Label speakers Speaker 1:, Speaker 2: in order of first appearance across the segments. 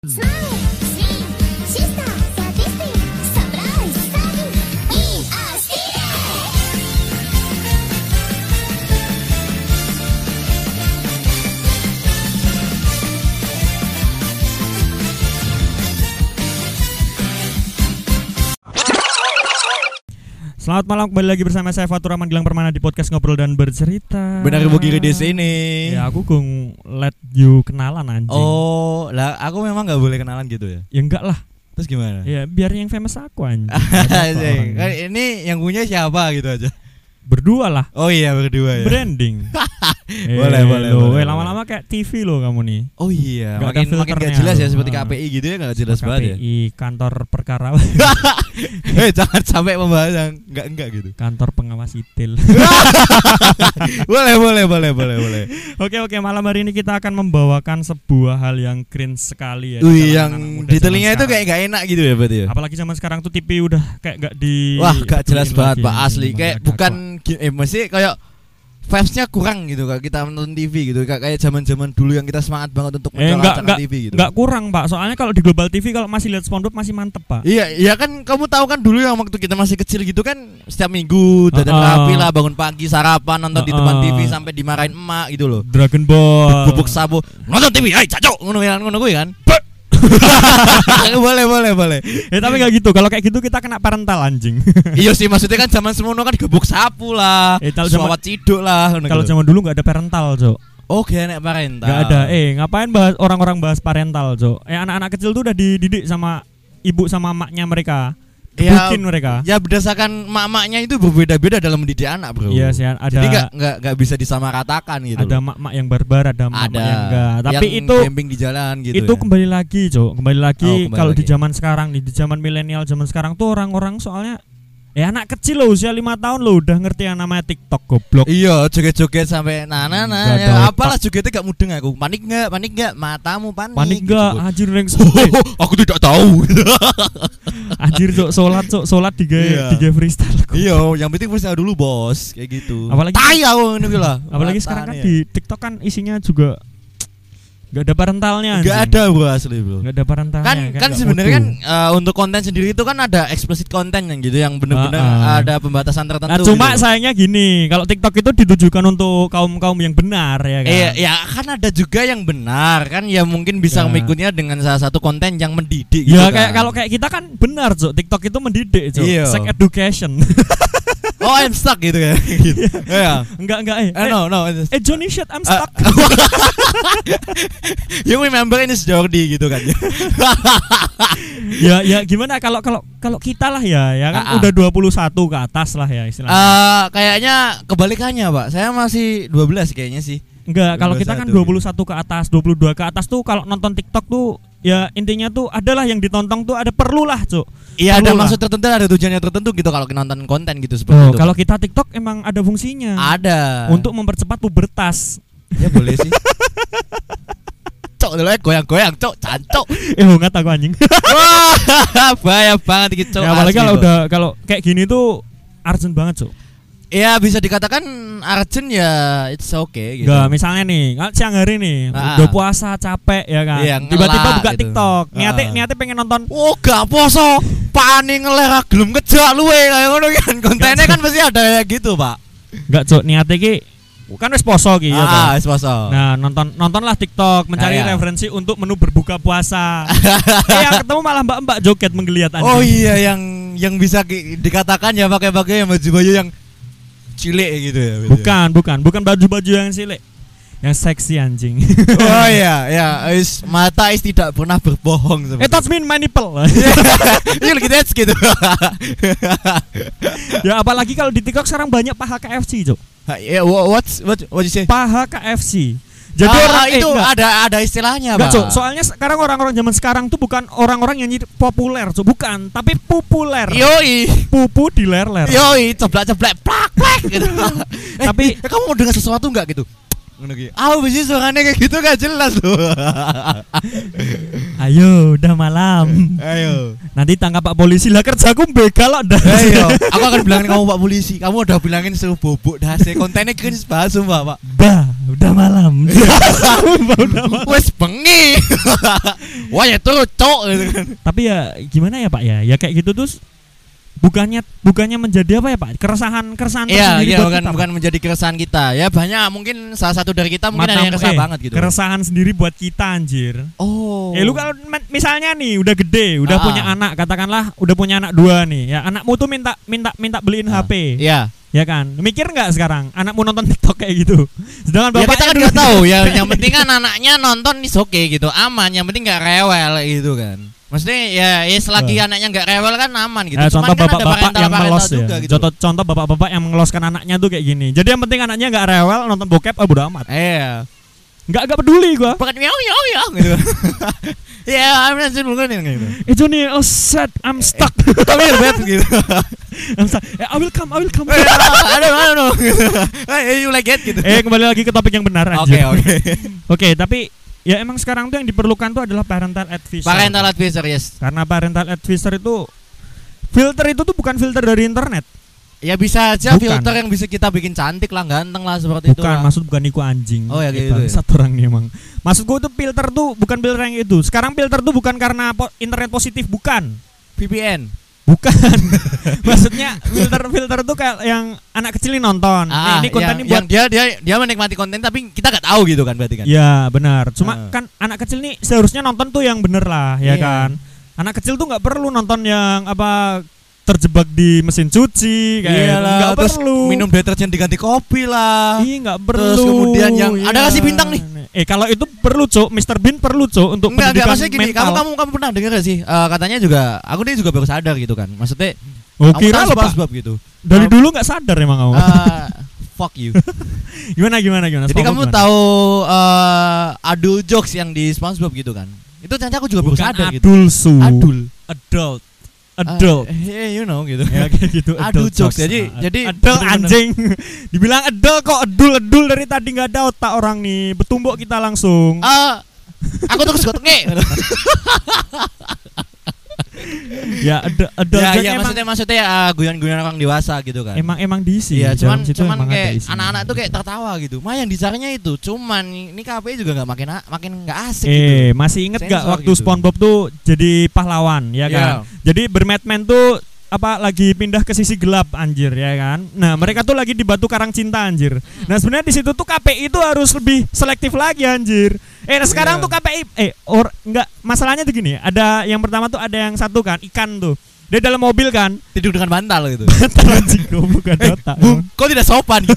Speaker 1: Selamat malam, kembali lagi bersama saya Fatur Rahman Gilang Permana di podcast Ngobrol dan Bercerita.
Speaker 2: Benar Ibu Giri di sini.
Speaker 1: Ya aku gung let you kenalan anjing.
Speaker 2: Oh, lah aku memang nggak boleh kenalan gitu ya?
Speaker 1: Ya enggak lah.
Speaker 2: Terus gimana?
Speaker 1: Ya biar yang famous aku anjing.
Speaker 2: Ini yang punya siapa gitu aja?
Speaker 1: Berdua lah.
Speaker 2: Oh iya berdua ya.
Speaker 1: Branding.
Speaker 2: Boleh.
Speaker 1: Lama-lama kayak TV loh kamu nih.
Speaker 2: Oh iya.
Speaker 1: Gak
Speaker 2: makin gak jelas ya seperti KPI gitu ya, nggak jelas banget ya.
Speaker 1: KPI kantor perkara.
Speaker 2: Jangan sampai membahas yang enggak gitu.
Speaker 1: Kantor pengawas ITIL.
Speaker 2: boleh.
Speaker 1: Oke, malam hari ini kita akan membawakan sebuah hal yang cringe sekali ya.
Speaker 2: Yang di telinga itu kayak gak enak gitu ya berarti ya.
Speaker 1: Apalagi zaman sekarang tuh TV udah kayak gak di.
Speaker 2: Wah, gak jelas banget Pak, asli. Kayak
Speaker 1: Gak
Speaker 2: bukan masih kayak vibes-nya kurang gitu kalau kita nonton TV gitu, kayak zaman-zaman dulu yang kita semangat banget untuk menonton TV gitu.
Speaker 1: Enggak kurang, Pak. Soalnya kalau di Global TV kalau masih lihat SpongeBob masih mantep, Pak.
Speaker 2: Iya kan kamu tahu kan dulu yang waktu kita masih kecil gitu kan setiap minggu dandan rapi lah, bangun pagi sarapan nonton di depan TV sampai dimarahin emak gitu loh.
Speaker 1: Dragon Ball.
Speaker 2: Bubuk sabu. Nonton TV, ayo cacok ngono kuwi kan. boleh.
Speaker 1: Tapi gak gitu. Kalau kayak gitu kita kena parental anjing.
Speaker 2: Iya sih, maksudnya kan zaman semono kan gebuk sapu lah, suawat ciduk lah.
Speaker 1: Kalau zaman dulu nggak ada parental, Cok.
Speaker 2: Oke, nek parental.
Speaker 1: Gak ada. Ngapain bahas orang-orang bahas parental, Cok? Anak-anak kecil tuh udah dididik sama ibu sama emaknya mereka. Gebukin mereka. Ya
Speaker 2: berdasarkan mak-maknya itu berbeda-beda dalam mendidik anak, Bro.
Speaker 1: Iya sih, ada.
Speaker 2: Jadi enggak bisa disamaratakan gitu.
Speaker 1: Ada mak-mak yang barbar, ada mak-mak yang enggak. Tapi
Speaker 2: yang
Speaker 1: itu
Speaker 2: camping di jalan gitu.
Speaker 1: Itu ya? Kembali lagi, Cok. Kembali lagi kalau di zaman sekarang nih, di zaman milenial zaman sekarang tuh orang-orang soalnya anak kecil loh, usia 5 tahun loh udah ngerti yang namanya TikTok, goblok.
Speaker 2: Iya, joget-joget sampai apalah jogetnya gak mudeng aku. Panik enggak? Matamu panik.
Speaker 1: Panik enggak? Gitu. Anjir neng.
Speaker 2: Aku tidak tahu.
Speaker 1: Anjir, Cok, salat diga freestyle.
Speaker 2: Iya, yang penting freestyle dulu, Bos. Kayak gitu.
Speaker 1: Apalagi
Speaker 2: Apalagi
Speaker 1: sekarang kan di TikTok kan isinya juga gak ada parentalnya.
Speaker 2: Gak ada, Bro, asli, Bro.
Speaker 1: Gak ada parentalnya.
Speaker 2: Kan sebenarnya kan untuk konten sendiri itu kan ada explicit konten yang gitu, yang benar-benar ada pembatasan tertentu.
Speaker 1: Nah, cuma gitu. Sayangnya gini, kalau TikTok itu ditujukan untuk kaum yang benar ya kan.
Speaker 2: Ya kan ada juga yang benar kan, ya mungkin bisa mengikutnya dengan salah satu konten yang mendidik gitu.
Speaker 1: Ya kayak kalau kayak kita kan benar, Cok. TikTok itu mendidik, Cok. Sex education.
Speaker 2: Oh, I'm stuck gitu kan.
Speaker 1: Ya. Enggak.
Speaker 2: No.
Speaker 1: Johnny shit, I'm stuck.
Speaker 2: You remember ini Jordi gitu kan.
Speaker 1: ya gimana kalau kita lah ya kan udah 21 ke atas lah ya istilahnya.
Speaker 2: Kayaknya kebalikannya, Pak. Saya masih 12 kayaknya sih.
Speaker 1: Enggak, kalau kita kan 21 ke atas, 22 ke atas tuh kalau nonton TikTok tuh ya intinya tuh adalah yang ditonton tuh ada perlulah, Cuk.
Speaker 2: Iya, ada maksud tertentu, ada tujuannya tertentu gitu kalau nonton konten gitu seperti itu.
Speaker 1: Kalau kita TikTok emang ada fungsinya.
Speaker 2: Ada.
Speaker 1: Untuk mempercepat pubertas.
Speaker 2: Ya boleh sih. Cok dulu goyang-goyang, Cok, cancok.
Speaker 1: Nggak aku anjing.
Speaker 2: Wah, bahaya banget iki, Cok.
Speaker 1: Ya, apalagi kalau kayak gini tuh urgent banget, Cok.
Speaker 2: Ya bisa dikatakan urgent ya, it's okay gitu.
Speaker 1: Enggak, misalnya nih, siang hari nih, udah puasa capek ya kan. Tiba-tiba buka gitu. TikTok, niatnya pengen nonton.
Speaker 2: Oh, gak poso. Paning ngelera gelem kejak luwe kayak ngono kan. Kontennya kan pasti ada kayak gitu, Pak.
Speaker 1: Enggak, Cok, niatnya ki kan wis poso ki ya.
Speaker 2: Wis poso.
Speaker 1: Nah, nontonlah TikTok, mencari referensi untuk menu berbuka puasa. Yang ketemu malah mbak-mbak joget menggeliat anjing.
Speaker 2: Oh iya, yang bisa dikatakan ya pakai yang baju-baju yang cilik gitu ya.
Speaker 1: Bukan baju-baju yang cilik. Yang seksi anjing.
Speaker 2: Oh iya, mata tidak pernah berbohong.
Speaker 1: Touch me my nipple.
Speaker 2: Iya gitu.
Speaker 1: Ya apalagi kalau di TikTok sekarang banyak paha KFC, Cok.
Speaker 2: What you say?
Speaker 1: Paha KFC. Jadi orang
Speaker 2: itu ada istilahnya, Pak.
Speaker 1: Cok. Soalnya sekarang orang-orang zaman sekarang tuh bukan orang-orang yang populer, Cok. Bukan, tapi populer.
Speaker 2: Yoi.
Speaker 1: Pupu di ler-ler.
Speaker 2: Yoi, ceblak-ceblak plak gitu.
Speaker 1: Tapi
Speaker 2: kamu mau dengar sesuatu enggak gitu? Ngono ki. Sih suaranya kayak gitu gak jelas loh.
Speaker 1: Ayo, udah malam.
Speaker 2: Ayo.
Speaker 1: Nanti tangkap Pak polisi lah, kerjaku begal dah.
Speaker 2: Ayo, aku akan bilangin kamu Pak polisi. Kamu udah bilangin suruh bobok dase kontennya kan bahas sumpah, Pak.
Speaker 1: Udah malam.
Speaker 2: Wes bengi. Wah, ya tuh, cok gitu kan.
Speaker 1: Tapi ya gimana ya, Pak ya? Ya kayak gitu terus bukannya menjadi apa ya, Pak? Keresahan tersendiri
Speaker 2: buat
Speaker 1: kita,
Speaker 2: bukan menjadi keresahan kita. Ya banyak mungkin salah satu dari kita mungkin ada yang resah banget gitu.
Speaker 1: Keresahan sendiri buat kita anjir.
Speaker 2: Oh.
Speaker 1: Lu kalau misalnya nih udah gede, udah punya anak, katakanlah udah punya anak 2 nih. Ya anakmu tuh minta beliin HP.
Speaker 2: Iya.
Speaker 1: Ya kan? Mikir nggak sekarang anakmu nonton TikTok kayak gitu? Sedangkan
Speaker 2: bapak kita kan nggak tahu ya. Yang penting kan anaknya nonton is oke gitu, aman. Yang penting nggak rewel gitu kan. Maksudnya ya selagi anaknya nggak rewel kan aman gitu.
Speaker 1: Contoh
Speaker 2: kan
Speaker 1: bapak-bapak yang melos ya.
Speaker 2: juga, gitu.
Speaker 1: Contoh bapak-bapak yang mengeloskan anaknya tuh kayak gini. Jadi yang penting anaknya nggak rewel nonton bokep, bodo amat.
Speaker 2: Iya.
Speaker 1: Nggak peduli gua.
Speaker 2: Pakai miau gitu. Ya, I'm not bukan gitu.
Speaker 1: Itu nih, sad, I'm stuck.
Speaker 2: Come here, babe gitu.
Speaker 1: I'm stuck. I will come.
Speaker 2: I don't know. Hey, you like it gitu.
Speaker 1: Kembali lagi ke topik yang benar aja. Oke, tapi ya emang sekarang tuh yang diperlukan tuh adalah parental advisor.
Speaker 2: Parental advisor, yes.
Speaker 1: Karena parental advisor itu filter itu tuh bukan filter dari internet.
Speaker 2: Ya bisa aja filter yang bisa kita bikin cantik lah, ganteng lah seperti itu.
Speaker 1: Bukan, maksud bukan iku anjing.
Speaker 2: Oh ya gitu.
Speaker 1: Satu orang nih emang. Maksud gue tuh filter tuh bukan filter yang itu. Sekarang filter tuh bukan karena internet positif, bukan.
Speaker 2: VPN.
Speaker 1: Bukan. Maksudnya filter tuh kayak yang anak kecil ini nonton. Ini konten ini buat
Speaker 2: dia menikmati konten tapi kita nggak tahu gitu kan berarti kan.
Speaker 1: Ya benar. Cuma kan anak kecil nih seharusnya nonton tuh yang bener lah, ya kan. Anak kecil tuh nggak perlu nonton yang apa terjebak di mesin cuci kayak nggak perlu
Speaker 2: minum deterjen diganti kopi lah.
Speaker 1: Nggak perlu.
Speaker 2: Terus kemudian yang ada kasih bintang nih.
Speaker 1: Kalau itu perlu Cuk, Mr. Bean perlu Cuk untuk pendidikan
Speaker 2: gini,
Speaker 1: mental.
Speaker 2: Kamu pernah dengar gak sih? Katanya juga aku ini juga baru sadar gitu kan. Maksudnya
Speaker 1: kira lo
Speaker 2: sebab gitu.
Speaker 1: Dari dulu nggak sadar emang kamu.
Speaker 2: Fuck you.
Speaker 1: Gimana?
Speaker 2: Jadi kamu tahu adult jokes yang di SpongeBob gitu kan? Itu ternyata aku juga baru sadar gitu. Adult. You know gitu.
Speaker 1: Ya kayak gitu.
Speaker 2: Adult jokes. Jadi
Speaker 1: adult anjing. Dibilang adult kok adult dari tadi nggak ada otak orang nih. Betumbuk kita langsung.
Speaker 2: Aku terus gotenge.
Speaker 1: Ya adult.
Speaker 2: Ya maksudnya guyon-guyon orang dewasa gitu kan.
Speaker 1: Emang diisi.
Speaker 2: Iya, cuman kayak anak-anak tuh kayak tertawa gitu. Yang dicarinya itu. Cuman ini KPI juga enggak makin enggak asik gitu.
Speaker 1: Masih inget enggak waktu gitu. SpongeBob tuh jadi pahlawan ya kan. Jadi bermadman tuh lagi pindah ke sisi gelap anjir ya kan. Nah, mereka tuh lagi di Batu Karang Cinta anjir. Nah, sebenarnya di situ tuh KPI itu harus lebih selektif lagi anjir. Sekarang tuh KPI enggak, masalahnya tuh gini, ada yang pertama tuh ada yang satu kan, ikan tuh. Dia dalam mobil kan,
Speaker 2: tidur dengan bantal gitu.
Speaker 1: Bantal anjing, bukan otak.
Speaker 2: Kok tidak sopan gitu.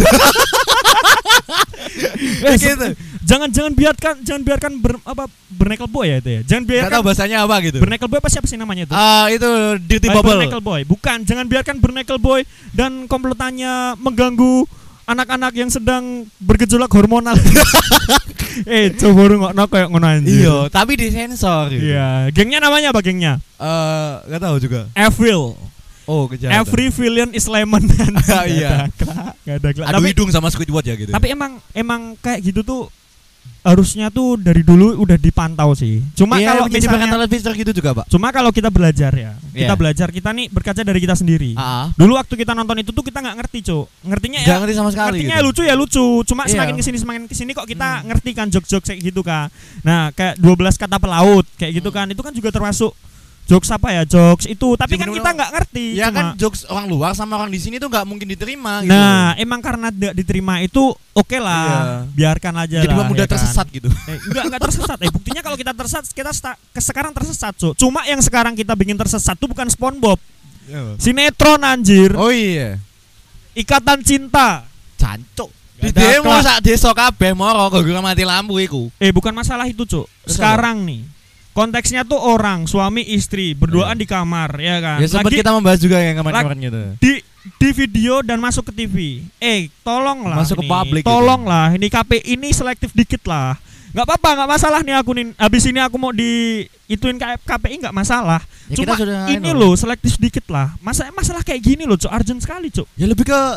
Speaker 1: Gitu. Jangan biarkan bernekel boy ya itu ya. Jangan biarkan.
Speaker 2: Enggak tahu bahasanya apa gitu.
Speaker 1: Bernekel boy apa siapa sih namanya itu?
Speaker 2: Itu Dirty Bubble.
Speaker 1: Bernekel boy. Bukan, jangan biarkan bernekel boy dan komplotannya mengganggu anak-anak yang sedang bergejolak hormonal. Coba ngokno kayak ngono anjir.
Speaker 2: Iya, tapi disensor gitu.
Speaker 1: Iya, gengnya namanya apa gengnya?
Speaker 2: Enggak tahu juga.
Speaker 1: Avril.
Speaker 2: Oh, kejahatan.
Speaker 1: Every villain is lemon.
Speaker 2: Iya.
Speaker 1: Gak ada.
Speaker 2: Adu hidung sama Squidward ya gitu.
Speaker 1: Tapi emang kayak gitu tuh harusnya tuh dari dulu udah dipantau sih. Cuma kalau misalnya
Speaker 2: televisi gitu juga, Pak.
Speaker 1: Cuma kalau kita belajar ya. Kita nih berkaca dari kita sendiri. Dulu waktu kita nonton itu tuh kita nggak ngerti, Cuk. Ngertinya
Speaker 2: nggak ngerti sama sekali.
Speaker 1: Ngertinya gitu. lucu. Cuma semakin kesini kok kita ngerti kan jokes kayak gitu kan. Nah, kayak 12 kata pelaut kayak gitu kan. Itu kan juga termasuk jokes jokes itu, tapi kan kita nggak ngerti.
Speaker 2: Ya kan jokes orang luar sama orang di sini tuh nggak mungkin diterima. Gitu.
Speaker 1: Nah, emang karena diterima itu oke lah, biarkan aja.
Speaker 2: Jadi
Speaker 1: lah. Jadi
Speaker 2: mudah tersesat kan? Gitu.
Speaker 1: Enggak tersesat. Buktinya kalau kita tersesat, sekarang tersesat, Cuk. Cuma yang sekarang kita bikin tersesat tuh bukan SpongeBob, sinetron anjir.
Speaker 2: Oh iya.
Speaker 1: Ikatan Cinta.
Speaker 2: Cancuk. Di demo sak desa kabeh moro gara-gara mati lampu iku.
Speaker 1: Bukan masalah itu, Cuk. Sekarang nih. Konteksnya tuh orang, suami istri berduaan di kamar, ya kan.
Speaker 2: Ya sempat kita membahas juga yang kemarin gitu.
Speaker 1: Di video dan masuk ke TV. Tolonglah.
Speaker 2: Masuk ke publik.
Speaker 1: Tolonglah, gitu. Ini KPI ini selektif dikit lah. Enggak apa-apa, enggak masalah nih aku nih. Habis ini aku mau ituin KPI enggak masalah. Ya, cuma ini loh selektif dikit lah. Masalah kayak gini loh, Cuk, urgent sekali, Cuk.
Speaker 2: Ya lebih ke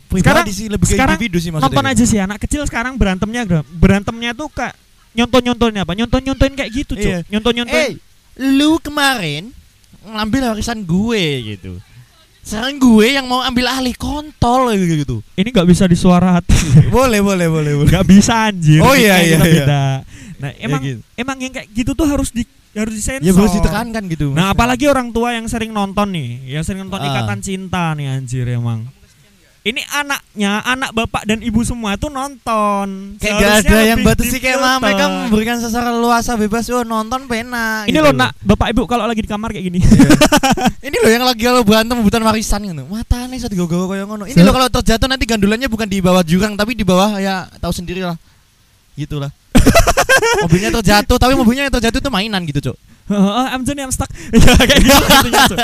Speaker 2: pribadi sih, lebih ke individu sih maksudnya.
Speaker 1: Nonton aja sih anak kecil sekarang berantemnya tuh kayak nyonton-nyontonnya apa? Nyonton-nyontoin kayak gitu, Cuk.
Speaker 2: Iya.
Speaker 1: Nyonton-nyontoin.
Speaker 2: Lu kemarin ngambil warisan gue gitu. Sekarang gue yang mau ambil alih kontol gitu.
Speaker 1: Ini nggak bisa disuarakan.
Speaker 2: boleh.
Speaker 1: Nggak bisa anjir.
Speaker 2: Oh iya.
Speaker 1: Beda. Nah, emang
Speaker 2: gitu.
Speaker 1: emang yang kayak gitu tuh harus disensor.
Speaker 2: Ya harus ditekankan gitu.
Speaker 1: Nah, apalagi orang tua yang sering nonton nih, yang sering nonton Ikatan Cinta nih anjir emang. Ini anak bapak dan ibu semua tuh nonton.
Speaker 2: Kayak gak ada yang batasi kayak mereka memberikan secara luasa bebas. Nonton pena.
Speaker 1: Ini
Speaker 2: gitu
Speaker 1: loh nak, bapak ibu kalau lagi di kamar kayak gini.
Speaker 2: Ini loh yang lagi kalau berantem rebutan warisan gitu. Mata nih satu gogo kayak ngono. Ini loh kalau terjatuh nanti gandulannya bukan di bawah jurang tapi di bawah ya tahu sendiri lah. Gitulah. Mobilnya terjatuh tapi mobilnya yang terjatuh itu mainan gitu, Cuk.
Speaker 1: I'm stuck. Ya kayak gitu artinya, Cuk.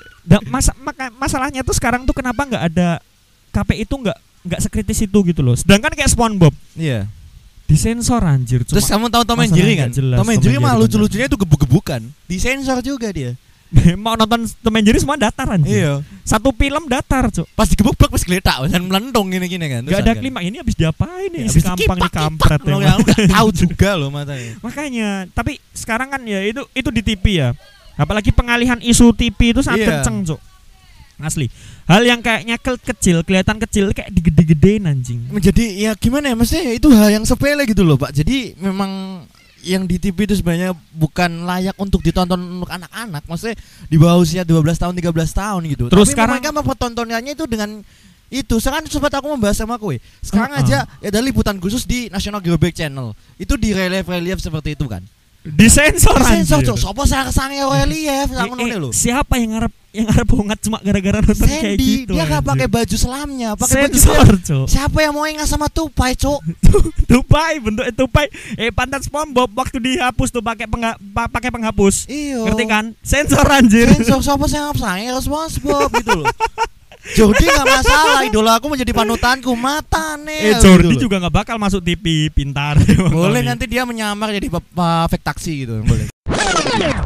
Speaker 1: Masalahnya tuh sekarang tuh kenapa enggak ada KPI itu nggak sekritis itu gitu loh. Sedangkan kayak SpongeBob,
Speaker 2: iya,
Speaker 1: disensor anjir.
Speaker 2: Terus kamu tahu Tom and Jerry kan? Tom and Jerry mah lucu-lucunya itu gebuk-gebukan, disensor juga dia.
Speaker 1: Mau nonton Tom and Jerry semua datar anjir.
Speaker 2: Iya.
Speaker 1: Satu film datar, Cuk.
Speaker 2: Pas digebuk pas geletak dan melentung gini-gini kan.
Speaker 1: Gak ada klima. Ini habis diapain nih? Si gampang nih kampret ya.
Speaker 2: Aku enggak tahu juga loh matanya.
Speaker 1: Makanya, tapi sekarang kan ya itu di TV ya. Apalagi pengalihan isu TV itu sangat kenceng, Cuk. Asli. Hal yang kayaknya kelihatan kecil kayak digede-gedein anjing.
Speaker 2: Menjadi ya gimana ya, maksudnya itu hal yang sepele gitu loh, Pak. Jadi memang yang di TV itu sebenarnya bukan layak untuk ditonton untuk anak-anak. Maksudnya di bawah usia 12 tahun, 13 tahun gitu.
Speaker 1: Terus
Speaker 2: tapi
Speaker 1: sekarang
Speaker 2: mereka mempertontonannya itu dengan itu. Sekarang sempat aku membahas sama kowe. Sekarang aja ada liputan khusus di National Geographic Channel. Itu di relief seperti itu kan.
Speaker 1: Disensor anjir.
Speaker 2: Cok, sopo sange relief ngono lho.
Speaker 1: Siapa yang ngarep banget cuma gara-gara nonton kayak gitu.
Speaker 2: Dia enggak pakai baju selamnya, pakai baju
Speaker 1: sensor, Cok.
Speaker 2: Siapa yang mau ingat sama tupai, Cok?
Speaker 1: Tupai, bentuk tupai. Pantat SpongeBob waktu dihapus tuh pakai penghapus.
Speaker 2: Iyo.
Speaker 1: Ngerti kan? Sensor anjir.
Speaker 2: Sensor sopo sing sange SpongeBob gitu loh. Jordi gak masalah, idola aku menjadi panutanku, matane.
Speaker 1: Jordi juga gak bakal masuk TV pintar.
Speaker 2: Boleh nanti dia menyamar jadi fake taksi gitu, boleh.